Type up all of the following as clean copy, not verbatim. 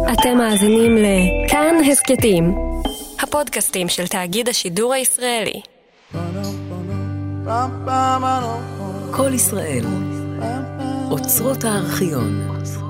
אתם מאזינים לכאן הסקטים, הפודקאסטים של תאגיד השידור הישראלי. כל ישראל, אוצרות הארכיון.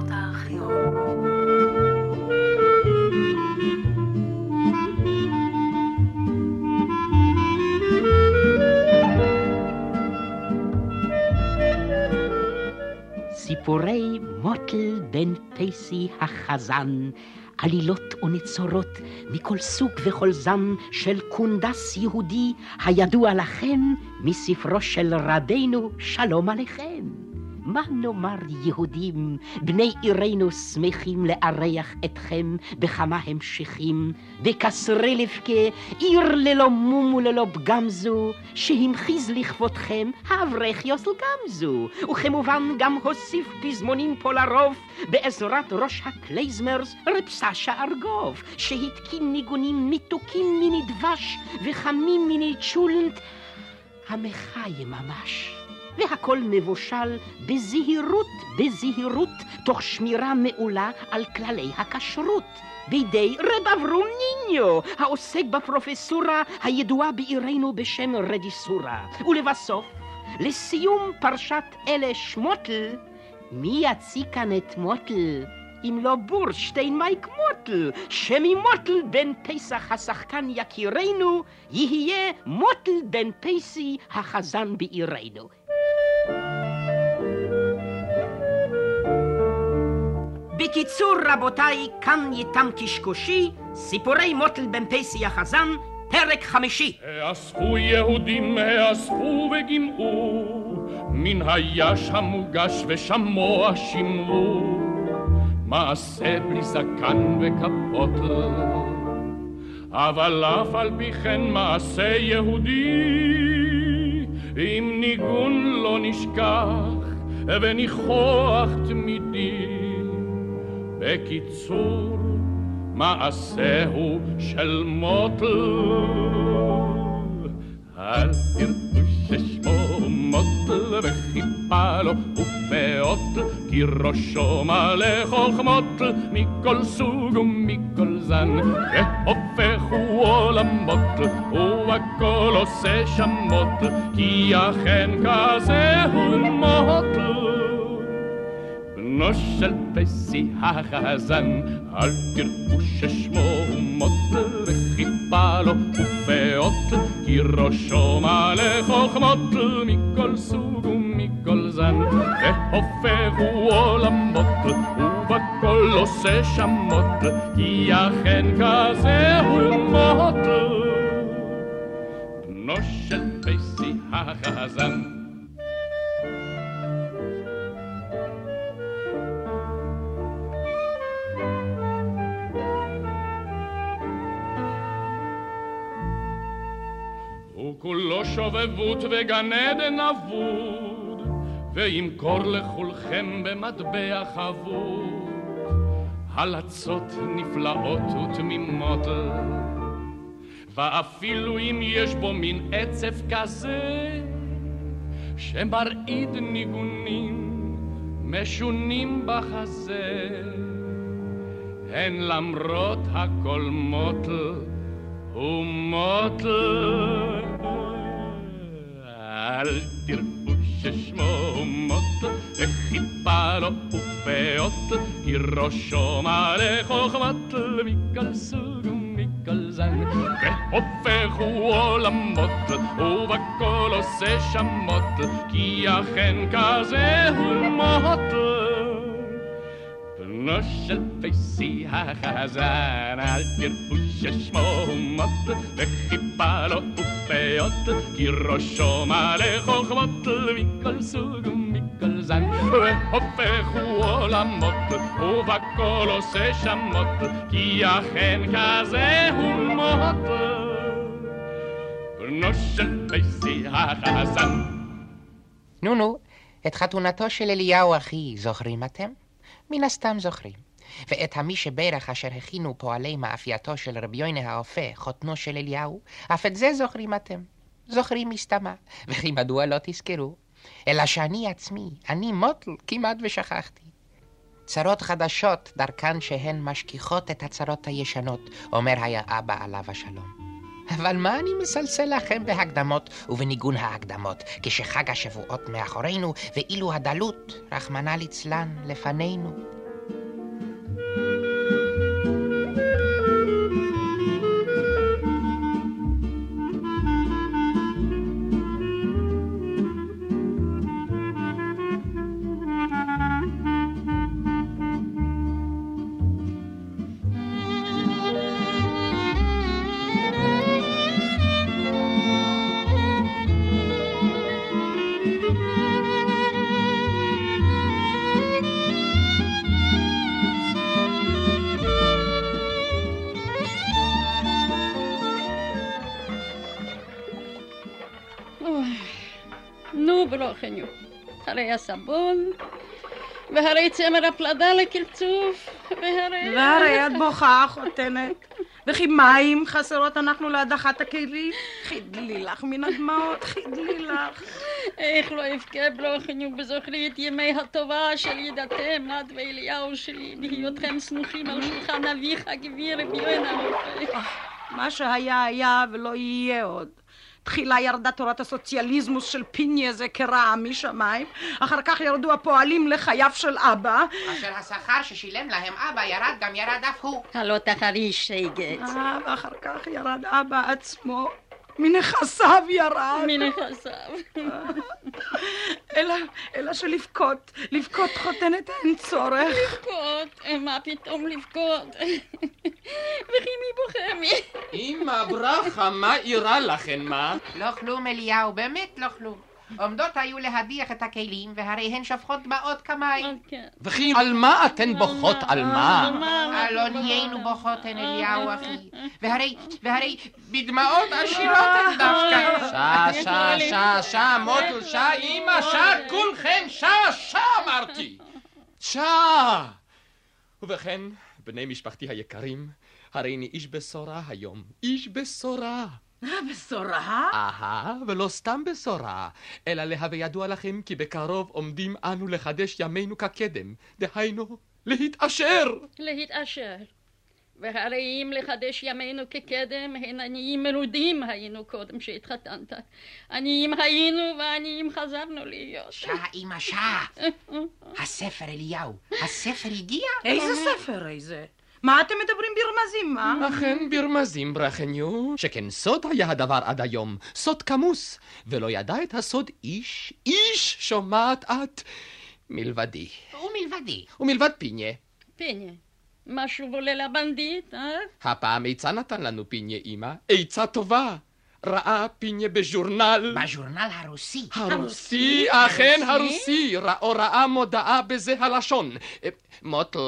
סיפורי מוטל בן פייסי החזן, עלילות ונצורות מכל סוג וכל זן של קונדס יהודי הידוע לכם מספרו של רבנו שלום עליכם. מה נאמר יהודים, בני עירנו שמחים לארח אתכם בכמה המשכים, בקסרי לבכה, עיר ללא מום וללא פגם זו, שהמחיז לכבודכם האברך יוסל גם זו, וכמובן גם הוסיף פזמונים פה לרוב, בעזרת ראש הקלייזמרס רב סשה ארגוב, שהתקין ניגונים מתוקים מיני דבש וחמים מיני צ'ולנט, המחי ממש. והכל מבושל בזהירות, תוך שמירה מעולה על כללי הכשרות, בידי רב אברום ניניו, העוסק בפרופסורה הידועה בעירנו בשם רדיסורה. ולבסוף, לסיום פרשת אלה שמוטל, מי יציא כאן את מוטל? אם לא בורשטיין מייק מוטל, שממוטל בן פסח השחקן יקירנו, יהיה מוטל בן פייסי החזן בעירנו. בקיצור רבותיי, כאן יתם קשקושי, סיפורי מוטל בן פייסי החזן, פרק 5. האספו יהודים, האספו וגימעו, מן היש המוגש ושמוע שמרו, מעשה בלי זקן וכפות, אבל אף על פי כן מעשה יהודי, אם ניגון לא נשכח וניחוח תמידי. בקיצור, מעשהו של מוטל, אל תראו ששמו מוטל וחיפה לו ופאות, כי ראשו מלא חוכמות מכל סוג ומכל זן, והופכו עולמות והכל עושה שמות, כי אכן כזה הוא מוטל. בנו של פייסי החזן, אל תראו ששמו מוטל וחיפה לו ופאות, כי ראשו מלא חוכמות מכל סוג ומכל זן, והופכו עולמות ובכל עושה שמות, כי אכן כזה הוא מוטל. בנו של פייסי החזן. כולו שובבות וגן עדן אבוד, וימכור לכולכם במטבע חבוד, הלצות נפלאות ותמימות, ואפילו אם יש בו מין עצב כזה, שמרעיד ניגונים משונים בחזה, הן למרות הכל מוטל ומוטל. אל תראו ששמו מוטל וחיפה לו ופאות, כי ראשו מלא חוכמות מכל סוג ומכל זן, והופכו עולמות ובכל עושה שמות, כי אכן כזה הוא מוטל. בנו של פייסי החזן, אל תראו ששמו מוטל וחיפה לו ופאות, כי ראשו מלא חוכמות מכל סוג ומכל זן, והופכו עולמות ובכל עושה שמות, כי אכן כזה הוא מוטל. בנו של פייסי החזן. נו, את חתונתו של אליהו אחי זוכרים אתם? מן הסתם זוכרים. ואת המי שברך אשר הכינו פועלי מאפייתו של רבי יונה האופה, חותנו של אליהו, אף את זה זוכרים אתם. זוכרים מסתמה, וכי מדוע לא תזכרו? אלא שאני עצמי, אני מוטל, כמעט ושכחתי. צרות חדשות דרכן שהן משכיחות את הצרות הישנות, אומר היה אבא עליו השלום. אבל מה אני מסלסל לכם בהקדמות ובניגון ההקדמות, כשחג השבועות מאחורינו, ואילו הדלות, רחמנא ליצלן, לפנינו. ברוכניו, הרי הסבון, והרי צמר הפלדה לקלצוף, והרי את בוכה, חותנת. וכי מים חסרות אנחנו להדחת הכלים? חידלי לך מן הדמעות, חידלי לך. איך לא אבכה ברוכניו בזוכרי את ימי הטובה של ידעתם, נת ואליהו שלי, בהיותכם סמוכים על שולחן אביך הגביר רבי יונה הרופא. מה שהיה היה ולא יהיה עוד. תחילה ירדה תורת הסוציאליזמוס של פיניה זה כרע משמיים, אחר כך ירדו הפועלים לחייו של אבא. אשר השכר ששילם להם אבא ירד אף הוא. הלא תחריש שייגץ. ואחר כך ירד אבא עצמו, מנכסיו ירד. מנכסיו. אלא שלבכות, לבכות חותנת אין צורך. לבכות? מה פתאום לבכות? וכי מי בוכה מי? אמא ברכה, מה אירה לכן, מה? לא כלום אליהו, באמת לא כלום. עומדות היו להדיח את הכלים, והרי הן שופכות דמעות כמים. וכי על מה אתן בוכות, על מה? לא נהיינו בוכות הן אליהו אחי. והרי בדמעות עשירות הן דווקא. שע, מוטל, שע, אמא, שע, כולכם, שע, אמרתי. שע. ובכן, בני משפחתי היקרים, הרי אני איש בשורה היום, איש בשורה. בשורה? ולא סתם בשורה, אלא להווה ידוע לכם כי בקרוב עומדים אנו לחדש ימינו כקדם, דהיינו להתעשר. להתעשר. והרי אם לחדש ימינו כקדם, הן עניים מרודים היינו קודם שהתחתנת. עניים היינו ועניים חזרנו להיות. אמא, הספר אליהו, הספר הגיע? איזה ספר, איזה? מה אתם מדברים ברמזים, מה? אכן ברמזים, ברוכניו, שכן סוד היה הדבר עד היום, סוד כמוס, ולא ידע את הסוד איש שומעת את מלבדי. ומלבד פיניה. פיניה? משהו בולה לבנדית, הפעם עצה נתן לנו פיניה, אמא, עצה טובה. ראה פיניה בז'ורנל. בז'ורנל הרוסי. הרוסי, אכן הרוסי. ראה מודעה בזה הלשון. מוטל.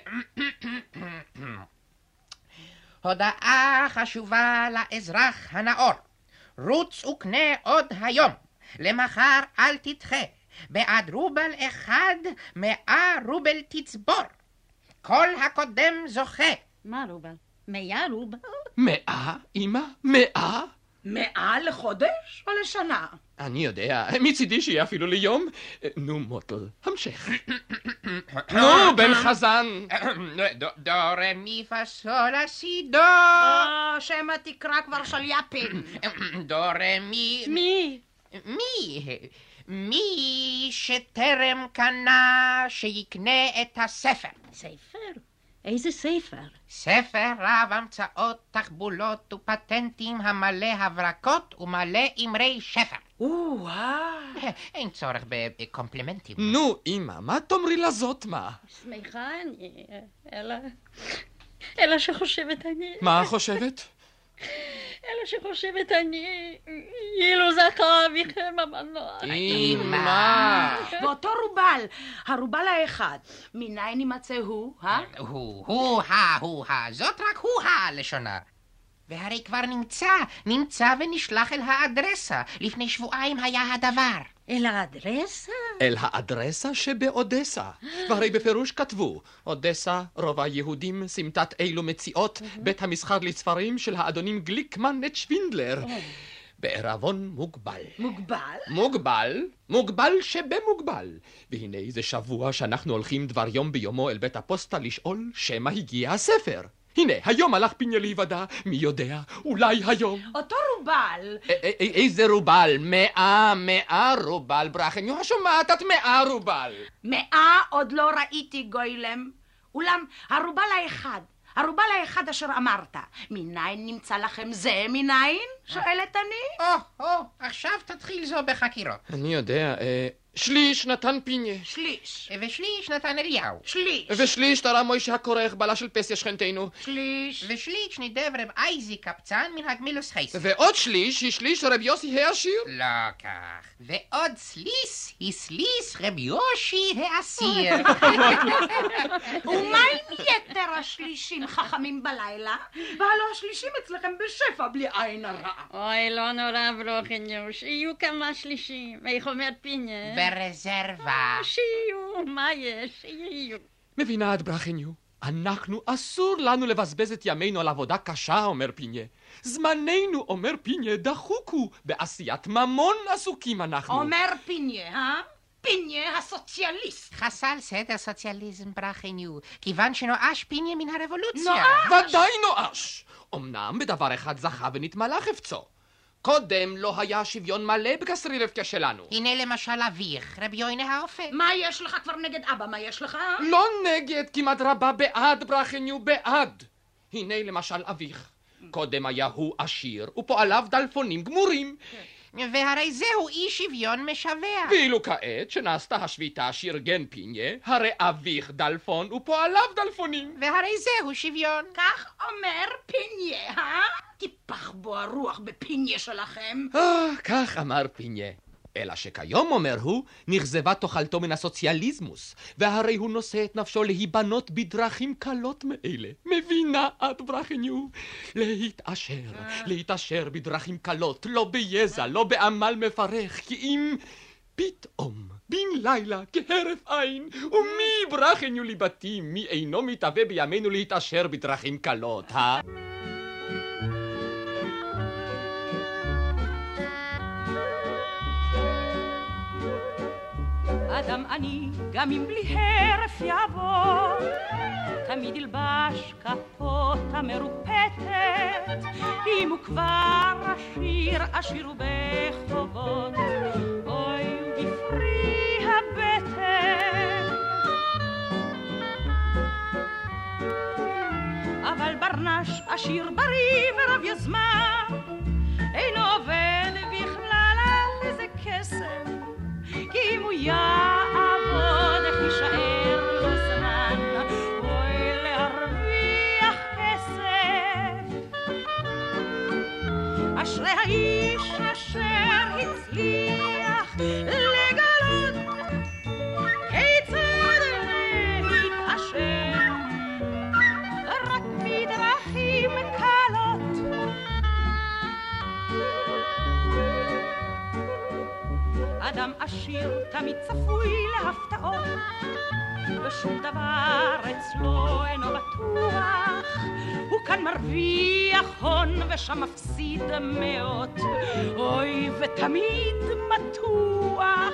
הודעה חשובה לאזרח הנאור. רוץ וקנה עוד היום. למחר אל תדחה. בעד רובל אחד 100 רובל תצבור. כל הקודם זוכה. מה רובל? 100 רובל? 100, אמא? 100? 100 לחודש או לשנה? אני יודע, מצידי שיהיה אפילו ליום. נו, מוטל, המשך. נו, בן חזן. דו רמי פסול הסידו. שמא תקרא כבר שליאפים. דו רמי... מי שטרם קנה שיקנה את הספר. ספר? איזה ספר? ספר רב המצאות, תחבולות ופטנטים המלא הברקות ומלא אמרי שפר. אין צורך בקומפלימנטים. נו, אמא, מה תאמרי לזאת, מה? שמחה אני, אלא שחושבת אני... מה חושבת? אלא שחושבת אני, אילו זכה אביכם המנוח. אמא. ואותו רובל, הרובל האחד, מניין יימצא הוא, הוא, זאת רק הוא הלשונה. והרי כבר נמצא ונשלח אל האדרסה. לפני שבועיים היה הדבר. אל האדרסה? אל האדרסה שבאודסה. והרי בפירוש כתבו, אודסה, רובע יהודים, סמטת אילו מציאות, בית המסחר לספרים של האדונים גליקמן את שווינדלר. בערבון מוגבל. מוגבל? מוגבל שבמוגבל. והנה זה שבוע שאנחנו הולכים דבר יום ביומו אל בית הפוסטה לשאול שמא הגיע הספר. הנה, היום הלך פיניה להיוודע, מי יודע, אולי היום. אותו רובל. איזה רובל? 100 רובל, ברכניו, השומעת את 100 רובל. 100 עוד לא ראיתי גוילם. אולם הרובל האחד אשר אמרת, מניין נמצא לכם זה מניין? שואלת אני. עכשיו תתחיל זו בחקירות. אני יודע, שליש נתן פיניה. שליש. ושליש נתן אליהו. שליש. ושליש תרם מוישה הכורך, בעלה של פסיה שכנתנו. שליש. ושליש נידב רב אייזי קפצן מן הגמילוס חייס. ועוד שליש היא שליש רב יוסי העשיר. לא כך. ועוד סליס היא סליס רב יושי העשיר. ומה עם יתר השלישים חכמים בלילה? והלא השלישים אצלכם בשפע בלי עין הרע. אוי, לא נורא ברוכניוש, יהיו כמה שלישים. איך אומר פיניה? ברזרבה. שיהיו, מה יש? יהיו. מבינה את ברכניו? אנחנו אסור לנו לבזבז את ימינו על עבודה קשה, אומר פיניה. זמננו, אומר פיניה, דחוקו. בעשיית ממון עסוקים אנחנו. אומר פיניה, פיניה הסוציאליסט. חסל סדר סוציאליזם ברכניו, כיוון שנואש פיניה מן הרבולוציה. ודאי נואש. אמנם בדבר אחד זכה ונתמלא חפצו. קודם לא היה שוויון מלא בקסרי רבקה שלנו. הנה למשל אביך, רבי יוינה האופה. מה יש לך כבר נגד אבא? מה יש לך? לא נגד, כמעט רבה בעד, ברכניו, בעד. הנה למשל אביך. קודם היה הוא עשיר, ופועליו דלפונים גמורים. והרי זהו אי שוויון משווע. ואילו כעת שנעשתה השביתה שארגן פיניה, הרי אביך דלפון ופועליו דלפונים. והרי זהו שוויון. כך אומר פיניה, טיפח בו הרוח בפיניה שלכם. כך אמר פיניה. אלא שכיום, אומר הוא, נכזבה תאכלתו מן הסוציאליזמוס, והרי הוא נושא את נפשו להיבנות בדרכים קלות מאלה. מבינה את ברכניו? להתעשר בדרכים קלות, לא ביזע, לא בעמל מפרך, כי אם פתאום, בן לילה, כהרף עין, ומי ברכניו ליבתי, מי אינו מתהווה בימינו להתעשר בדרכים קלות, אדם אני, גם אם בלי הרף יבוא, תמיד ילבש כפות המרופטת, אם הוא כבר עשיר ובחובות, אוי ובפרי הבטן. אבל ברנש עשיר בריא ורב יזמה, אינו עובד בכלל על איזה כסף, כי אם הוא יעבוד איך יישאר לו זמן, אוי להרוויח כסף. אשרי האיש אשר הצליח לגלות כיצד להתעשר רק בדרכים קלות. אדם עשיר תמיד צפוי להפתעות, ושום דבר אצלו אינו בטוח, הוא כאן מרוויח הון ושם מפסיד מאות, אוי ותמיד מתוח.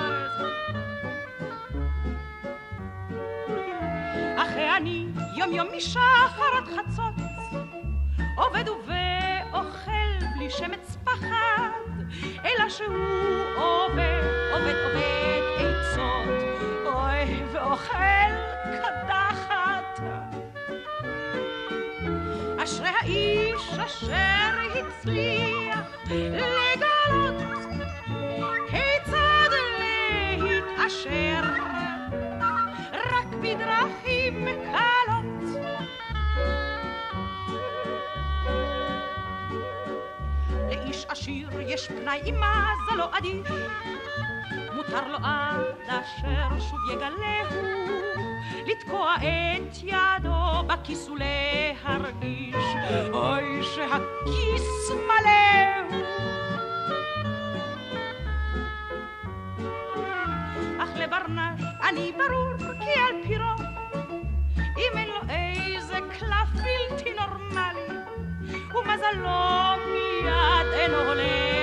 אחרי אני יום יום משחר עד חצות, עובד ואוכל בלי שמץ פחד, אלא שהוא עובד עצות, אוי ואוכל קדחת. אשרי האיש אשר הצליח לגלות כיצד להתעשר רק בדרכים קלות. לאיש עשיר יש פנאי עם מזלו אדיש, מותר לו עד אשר שוב יגלהו לתקוע את ידו בכיס ולהרגיש, אוי שהכיס מלא. אך לברנש אני ברור כי על פירו, אם אין לו איזה קלף בלתי נורמלי, ומזלו מיד אינו הולך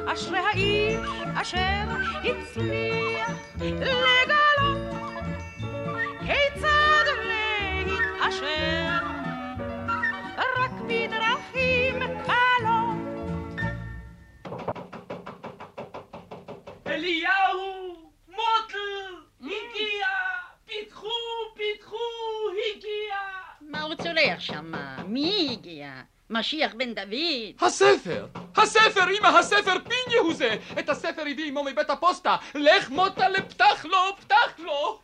אשרי האיש אשר הצליח לגלות כיצד להתעשר רק בדרכים קלות. אליהו, מוטל, הגיע, פיתחו, הגיע. מה הוא צולח שם? מי הגיע? משיח בן דוד? הספר, אמא, הספר, פיניה הוא זה. את הספר הביא עמו מבית הפוסטה. לך מוטה לפתח לו.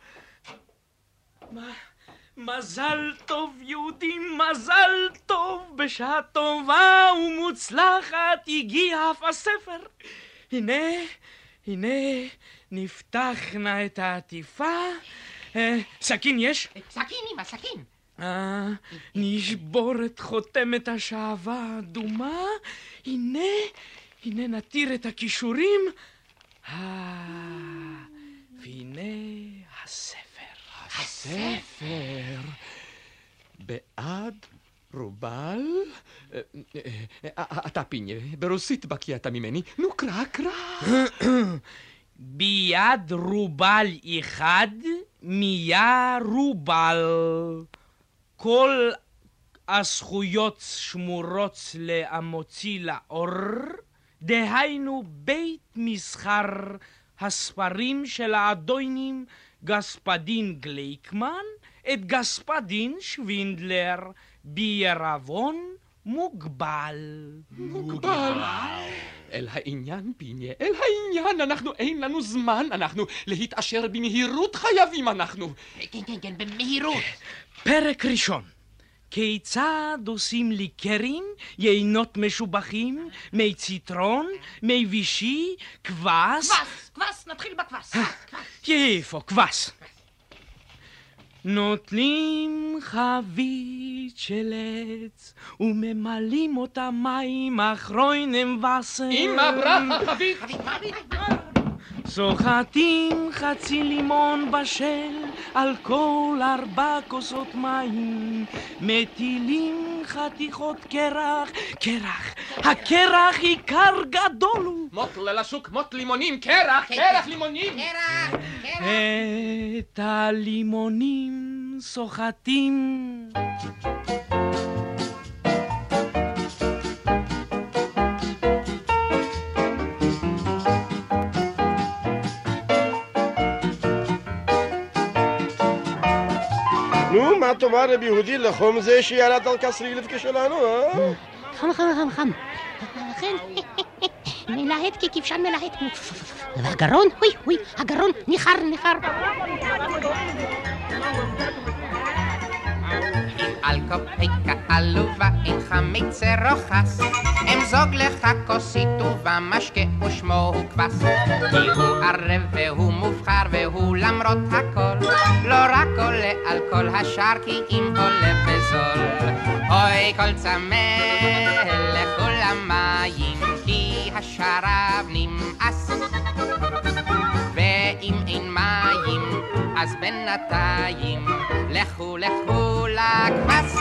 מזל טוב יהודי, מזל טוב, בשעה טובה ומוצלחת הגיע אף הספר. הנה, נפתח נא את העטיפה. סכין יש? סכין, אמא, סכין. נשבור את חותמת השעווה האדומה. הנה נתיר את הכישורים. והנה הספר. בעד רובל? אתה פיניה, ברוסית בקייתה ממני. נו, קרא. ביד רובל אחד, מיה רובל. כל הזכויות שמורות למוציא לאור, דהיינו בית מסחר הספרים של האדונים גספדין גלייקמן, את גספדין שווינדלר, בעירבון מוגבל. אל העניין, פיניה, אל העניין. אנחנו אין לנו זמן, אנחנו להתעשר במהירות חייבים אנחנו. כן, במהירות. פרק ראשון. כיצד עושים ליקרים, יינות משובחים, מי ציטרון, מי וישי, כבש? כבש, נתחיל בכבש. יפו, כבש. נוטלים חבית של עץ וממלאים אותה מים אחרוינם וסר. אמא, ברכה, חבית. סוחטים חצי לימון בשל על כל 4 כוסות מים, מטילים חתיכות קרח, הקרח עיקר גדול הוא. מוטל לשוק, מוט לימונים, קרח לימונים. את הלימונים סוחטים. נו, מה תאמר רבי יהודי לחום זה שירד על כסרי לבקה שלנו, חם. לכן, מלהט ככבשן מלהט. והגרון, הגרון ניחר. על קופיקה עלובה אין חמיצה רוחס, אמזוג לך כוסית ובמשקה ושמו הוא כבס. כי הוא ערב והוא מובחר והוא למרות הכל, לא רק עולה על כל השאר כי אם עולה בזול. אוי כל צמא לכו למים כי השרב נמאס, ואם אין מים אז בינתיים לכו לכבש.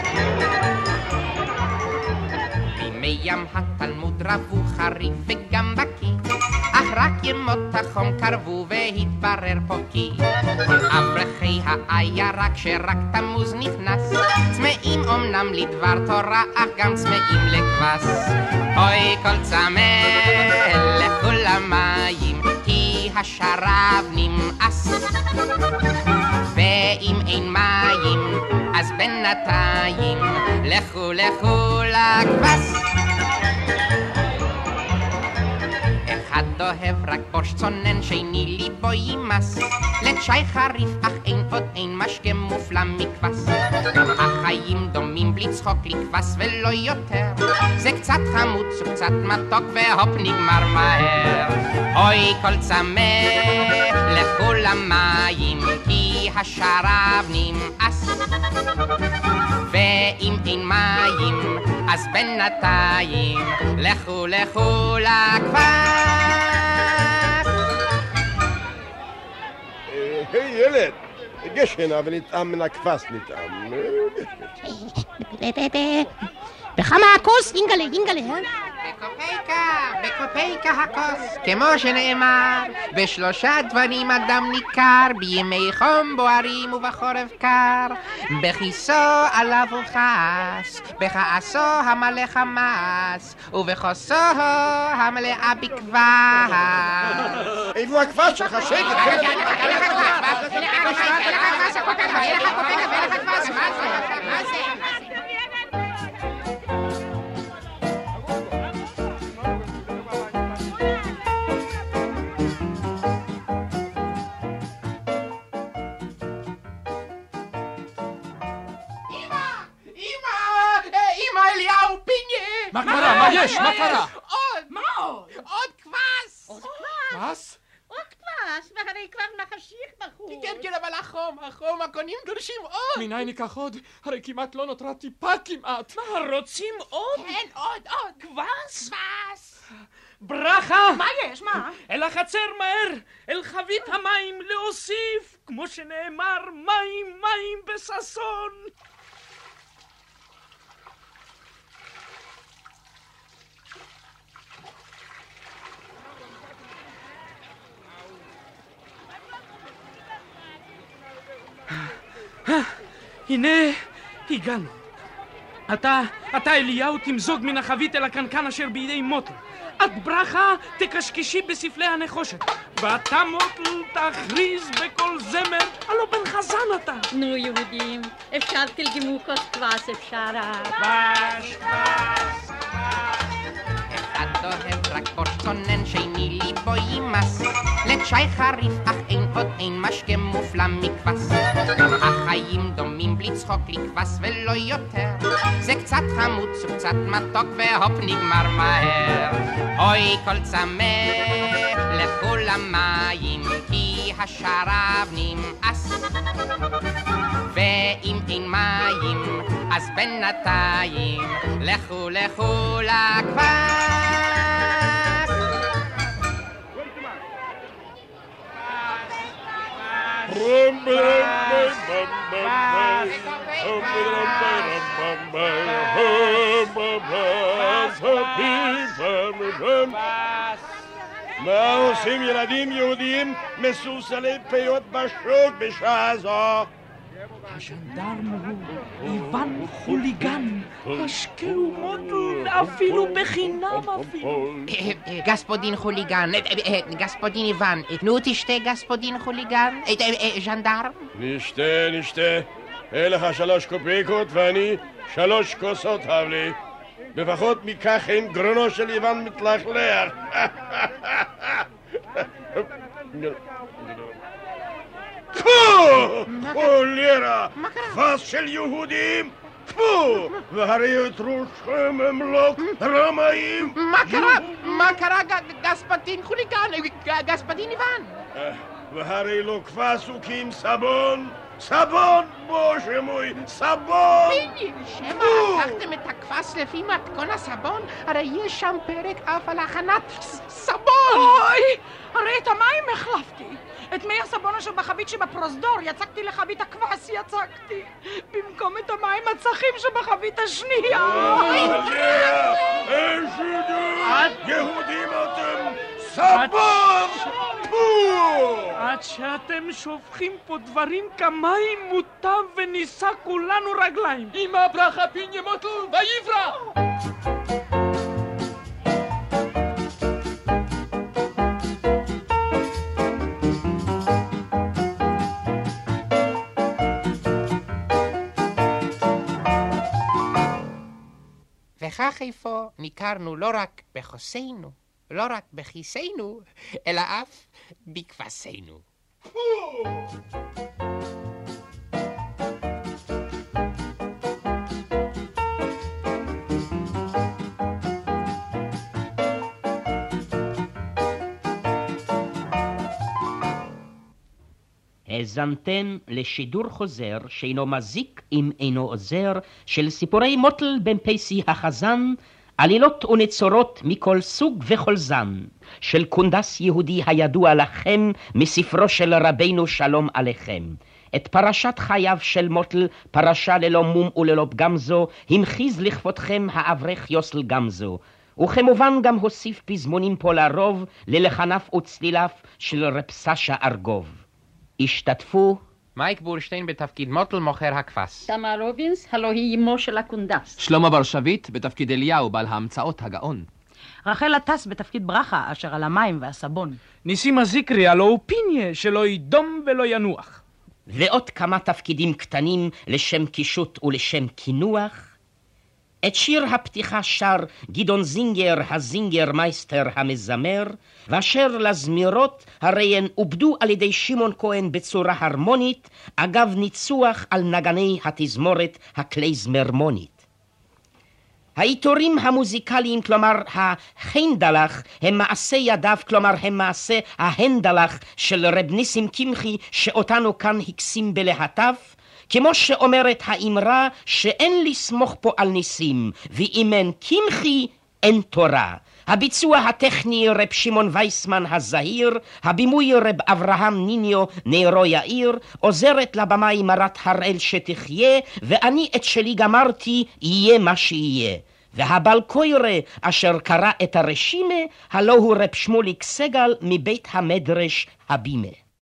בימי ים התלמוד רבו חריף וגם בקי, אך רק ימות החום קרבו והתברר פה כי כל אברכי העיירה כשרק תמוז נכנס, צמאים אמנם לדבר תורה אך גם צמאים לכבש. אוי כל צמא לכו למים כי השרב נמאס, ואם אין מים אז בינתיים לכו לכבש. אחד אוהב רק בוש צונן, שני ליבו יימס לצ'י חריף, אך אין עוד אין משקה מופלא מכבס. גם החיים דומים בלי צחוק לכבס ולא יותר, זה קצת חמוץ וקצת מתוק והופ נגמר מהר. אוי כל צמא לכו למים כי השרב נמאס, ואם אין מים אז בינתיים לכו לכבש. היי ילד, גשנה ונטעם מן הכבש נטעם. בכמה הכוס? אינגלה, בקופייקה הכוס, כמו שנאמר, בשלושה דברים אדם ניכר, בימי חום בוערים ובחורף קר, בכיסו עליו הוא חס, בכעסו המלא חמס, ובכוסו המלאה בקבס. איפה הכבש שלך? שקט! אליהו פיניה! מה קרה? מה יש? מה קרה? עוד כבש! כבש? עוד כבש, והרי כבר מחשיך בחוץ. כן, אבל החום, הקונים דורשים עוד. מניין ניקח עוד? הרי כמעט לא נותרה טיפה כמעט. מה, רוצים עוד? כן, עוד. כבש? ברכה! מה יש? מה? אל החצר מהר, אל חבית המים להוסיף, כמו שנאמר, מים בששון. הנה, הגענו. אתה אליהו תמזוג מן החבית אל הקנקן אשר בידי מוטל. את ברכה תקשקשי בספלי הנחושת. ואתה מוטל תכריז בכל זמר, הלא בן חזן אתה. נו יהודים, אפשר תלגמו כוס כבש, אפשר כבש. אחד אוהב רק בוש צונן, שני ליבו יימס. לצ'י חריף, אך אין משקה מופלא מכבש. החיים דומים בלי צחוק לכבש ולא יותר. זה קצת חמוץ וקצת מתוק והופ נגמר מהר. אוי כל צמא, לכו למים, כי השרב נמאס. ואם אין מים, אז בינתיים, לכו לכבש. מה עושים ילדים יהודים מסוסלי פיות בשוק בשעה זו? הז'נדרם הוא איוון חוליגן, השקעו מוטל אפילו בחינם אפילו. גספודין חוליגן, גספודין איוון, נו תשתה גספודין חוליגן, ז'נדרם? נשתה, אין לך 3 קופייקות ואני 3 כוסות הבלי. בפחות מכך אין גרונו של איוון מתלכלך. חולרה, כבש של יהודים, והרי את ראשכם אמלוק רמאים. מה קרה גספדין חוליגן, גספדין איוון? והרי לא כבש הוא כי עם סבון, בושה מוי, סבון. שמא לקחתם את הכבש לפי מתכון הסבון, הרי יש שם פרק אף על הכנת סבון. אוי, הרי את המים החלפתי. את מי הסבון אשר בחבית שבפרוזדור יצקתי לחבית הכבש, במקום את המים הצחים שבחבית השנייה. אין שידור, יהודים אתם, סבון! עד שאתם שופכים פה דברים כמים מוטב וניסה כולנו רגליים. אמא ברכה פיניה מוטל ויברא! וכך איפה ניכרנו לא רק בחוסינו, לא רק בכיסנו, אלא אף בכבסנו. האזנתם לשידור חוזר שאינו מזיק אם אינו עוזר של סיפורי מוטל בן פייסי החזן, עלילות ונצורות מכל סוג וכל זן, של קונדס יהודי הידוע לכם מספרו של רבינו שלום עליכם. את פרשת חייו של מוטל, פרשה ללא מום וללא פגם זו, המחיז לכבודכם האברך יוסל גמזו, וכמובן גם הוסיף פזמונים פה לרוב ללחניו וצליליו של רב סשה ארגוב. השתתפו מייק בורשטיין בתפקיד מוטל מוכר הכבש. תמר רובינס, הלוא היא אמו של הקונדס. שלמה בר שביט בתפקיד אליהו בעל ההמצאות הגאון. רחל הטס בתפקיד ברכה אשר על המים והסבון. ניסים הזיקרי הלוא הוא פיניה שלא ידום ולא ינוח. ועוד כמה תפקידים קטנים לשם קישוט ולשם כינוח. את שיר הפתיחה שר גדעון זינגר, הזינגר מייסטר המזמר, ואשר לזמירות הרי הן עובדו על ידי שמעון כהן בצורה הרמונית, אגב ניצוח על נגני התזמורת הקלייזמרמונית. העיטורים המוזיקליים, כלומר ההנדלח, הם מעשה ידיו, כלומר הם מעשה ההנדלח של רב ניסים קמחי, שאותנו כאן הקסים בלהטיו, כמו שאומרת האמרה שאין לסמוך פה על ניסים, ואם אין קמחי אין תורה. הביצוע הטכני רב שמעון וייסמן הזהיר, הבימוי רב אברהם ניניו נארו יאיר, עוזרת לבמאי מרת הראל שתחיה, ואני את שלי גמרתי, יהיה מה שיהיה. והבל קוירה אשר קרא את הרשימה, הלא הוא רב שמוליק סגל מבית המדרש הבימה.